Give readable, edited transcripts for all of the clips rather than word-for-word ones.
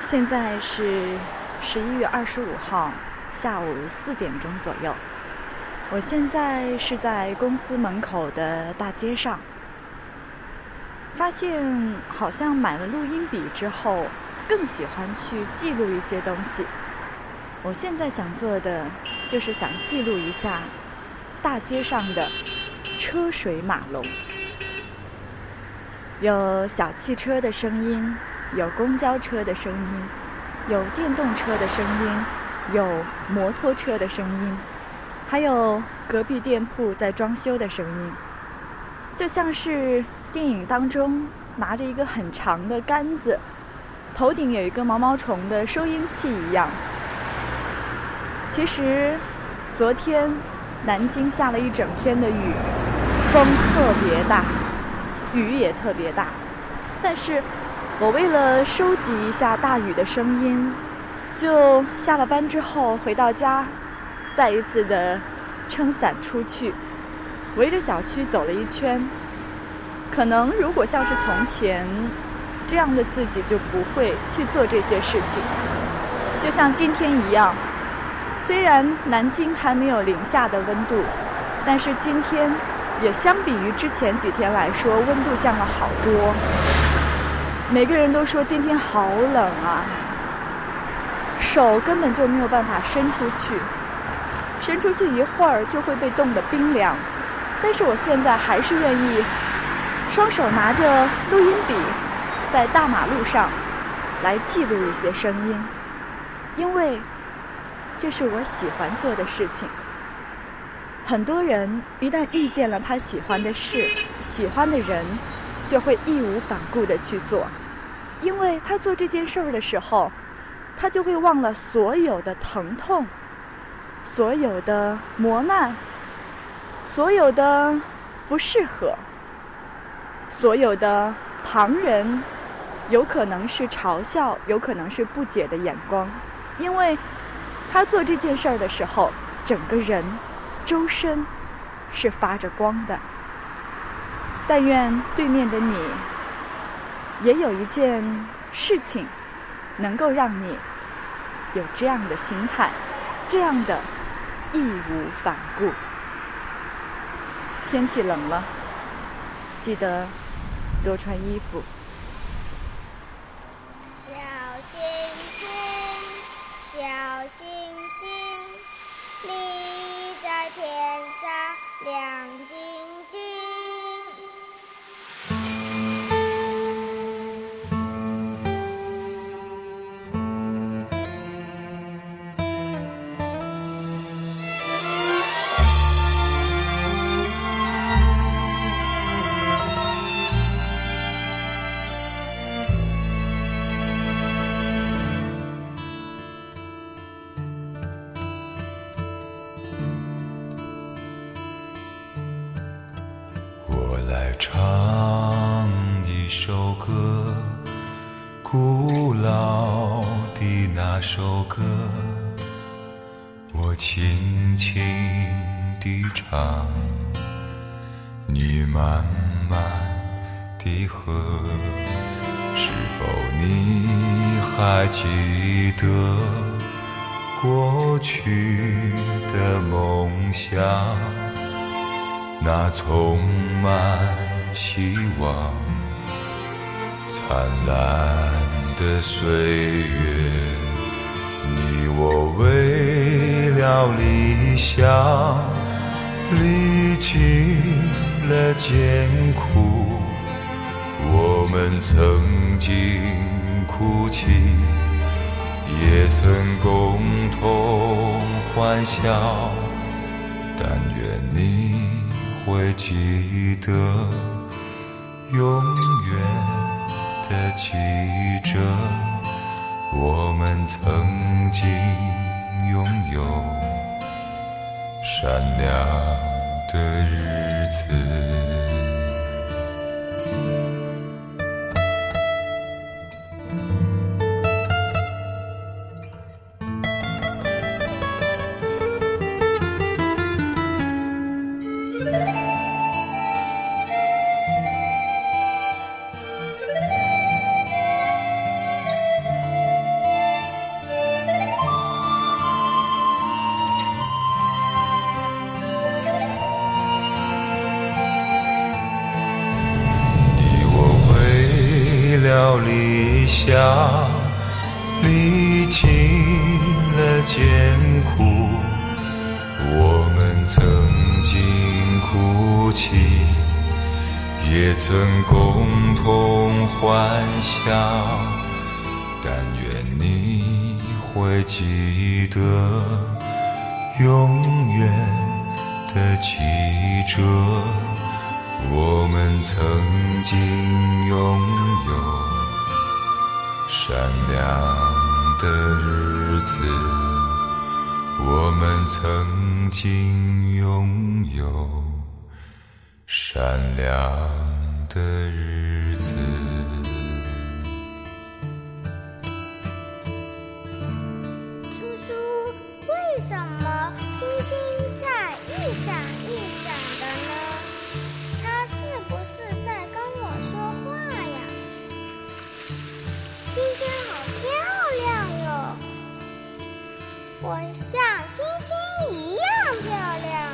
现在是11月25号下午4点钟左右。我现在是在公司门口的大街上，发现好像买了录音笔之后，更喜欢去记录一些东西。我现在想做的就是想记录一下大街上的车水马龙，有小汽车的声音，有公交车的声音，有电动车的声音，有摩托车的声音，还有隔壁店铺在装修的声音，就像是电影当中拿着一个很长的杆子，头顶有一个毛毛虫的收音器一样。其实昨天南京下了一整天的雨，风特别大，雨也特别大，但是我为了收集一下大雨的声音，就下了班之后回到家，再一次的撑伞出去，围着小区走了一圈。可能如果像是从前这样的自己，就不会去做这些事情。就像今天一样，虽然南京还没有零下的温度，但是今天也相比于之前几天来说，温度降了好多。每个人都说今天好冷啊，手根本就没有办法伸出去，伸出去一会儿就会被冻得冰凉。但是我现在还是愿意双手拿着录音笔，在大马路上来记录一些声音，因为这是我喜欢做的事情。很多人一旦遇见了他喜欢的事、喜欢的人，就会义无反顾地去做，因为他做这件事儿的时候，他就会忘了所有的疼痛，所有的磨难，所有的不适合，所有的旁人有可能是嘲笑，有可能是不解的眼光，因为他做这件事儿的时候，整个人周身是发着光的。但愿对面的你也有一件事情能够让你有这样的心态，这样的义无反顾。天气冷了，记得多穿衣服。 小星星，小星星，你在天上亮晶晶。 唱一首歌，古老的那首歌，我轻轻地唱，你慢慢地和。是否你还记得过去的梦想？那充满希望灿烂的岁月，你我为了理想历经了艰苦，我们曾经哭泣，也曾共同欢笑，但愿你会记得，永远地记着，我们曾经拥有闪亮的日子。 了理想，历尽了艰苦，我们曾经哭泣，也曾共同欢笑，但愿你会记得，永远的记着，我们曾经拥有闪亮的日子，我们曾经拥有闪亮的日子。 叔叔，为什么星星在一闪一闪的呢？它是不是在跟我说话呀？星星好漂亮哟，我像星星一样漂亮。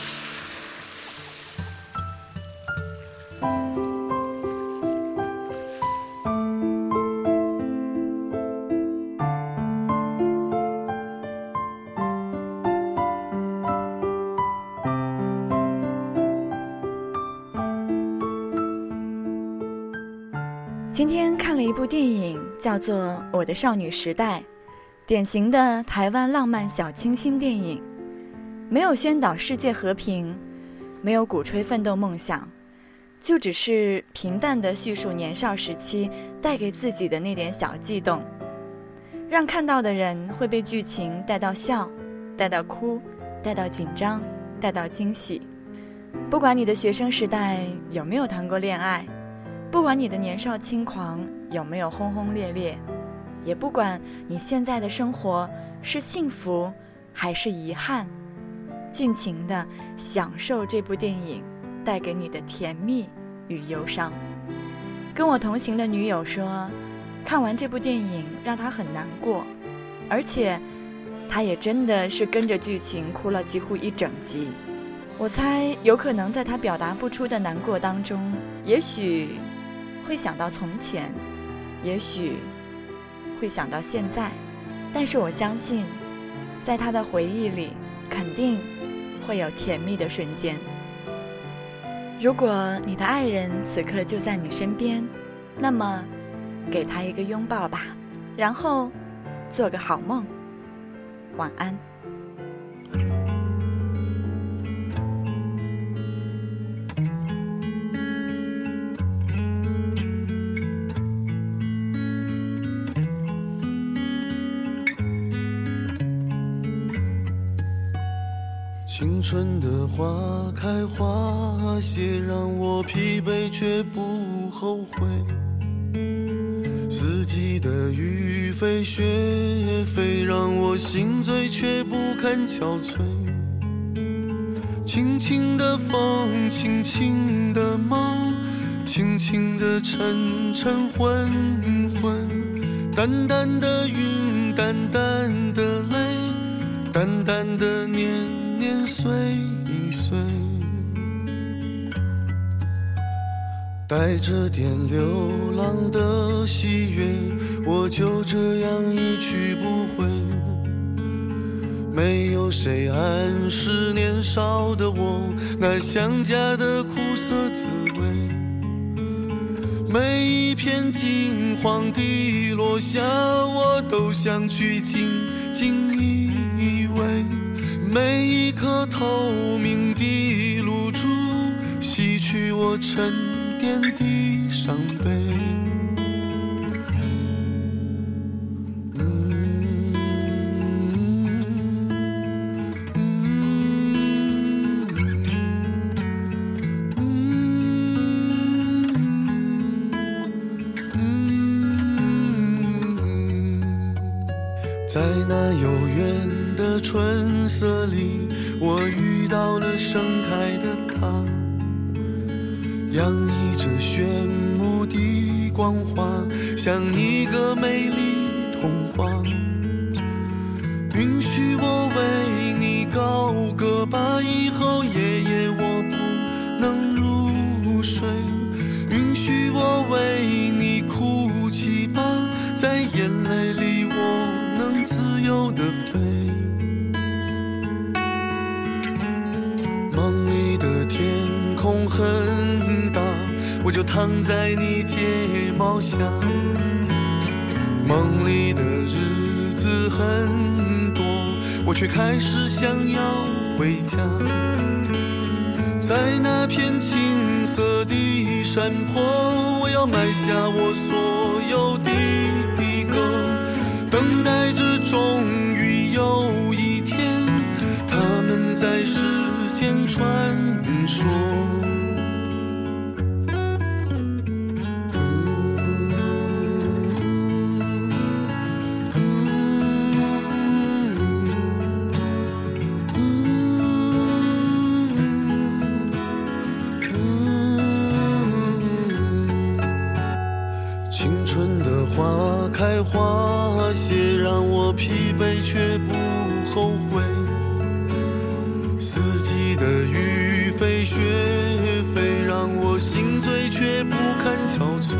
今天看了一部电影，叫做《我的少女时代》，典型的台湾浪漫小清新电影，没有宣导世界和平，没有鼓吹奋斗梦想，就只是平淡地叙述年少时期带给自己的那点小悸动，让看到的人会被剧情带到笑，带到哭，带到紧张，带到惊喜。不管你的学生时代有没有谈过恋爱，不管你的年少轻狂有没有轰轰烈烈，也不管你现在的生活是幸福还是遗憾，尽情地享受这部电影带给你的甜蜜与忧伤。跟我同行的女友说，看完这部电影让她很难过，而且她也真的是跟着剧情哭了几乎一整集。我猜有可能在她表达不出的难过当中，也许会想到从前，也许会想到现在，但是我相信在他的回忆里肯定会有甜蜜的瞬间。如果你的爱人此刻就在你身边，那么给他一个拥抱吧，然后做个好梦，晚安。 青春的花开花谢，让我疲惫却不后悔。四季的雨飞雪飞，让我心醉却不堪憔悴。轻轻的风，轻轻的梦，轻轻的沉沉昏昏，淡淡的云，淡淡的泪，淡淡的年年岁岁，带着点流浪的喜悦，我就这样一去不回。没有谁暗示年少的我那想家的苦涩滋味，每一片金黄的落下，我都想去紧紧依偎。每一颗透明的露珠，洗去我沉淀的伤悲。在那遥远的春色里，我遇到了盛开的她，洋溢着炫目的光华，像一个美丽童话。允许我为你高歌吧，以后夜夜我不能入睡。允许我为你哭躺在你睫毛下，梦里的日子很多，我却开始想要回家。在那片青色的山坡，我要埋下我所有的歌，等待着终于有一天，他们在世间传说。青春的花开花谢，让我疲惫却不后悔。四季的雨飞雪飞，让我心醉却不堪憔悴。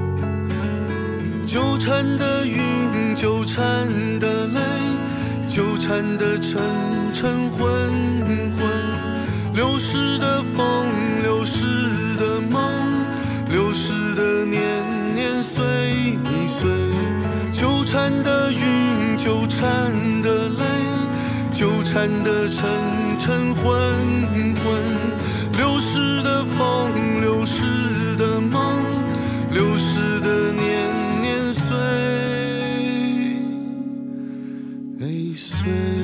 纠缠的云，纠缠的泪，纠缠的沉沉昏昏，流逝的风，流逝的梦，流逝的年年岁岁，纠缠的云，纠缠的泪，纠缠的沉沉昏昏，流逝的风，流逝的梦，流逝的年年岁岁。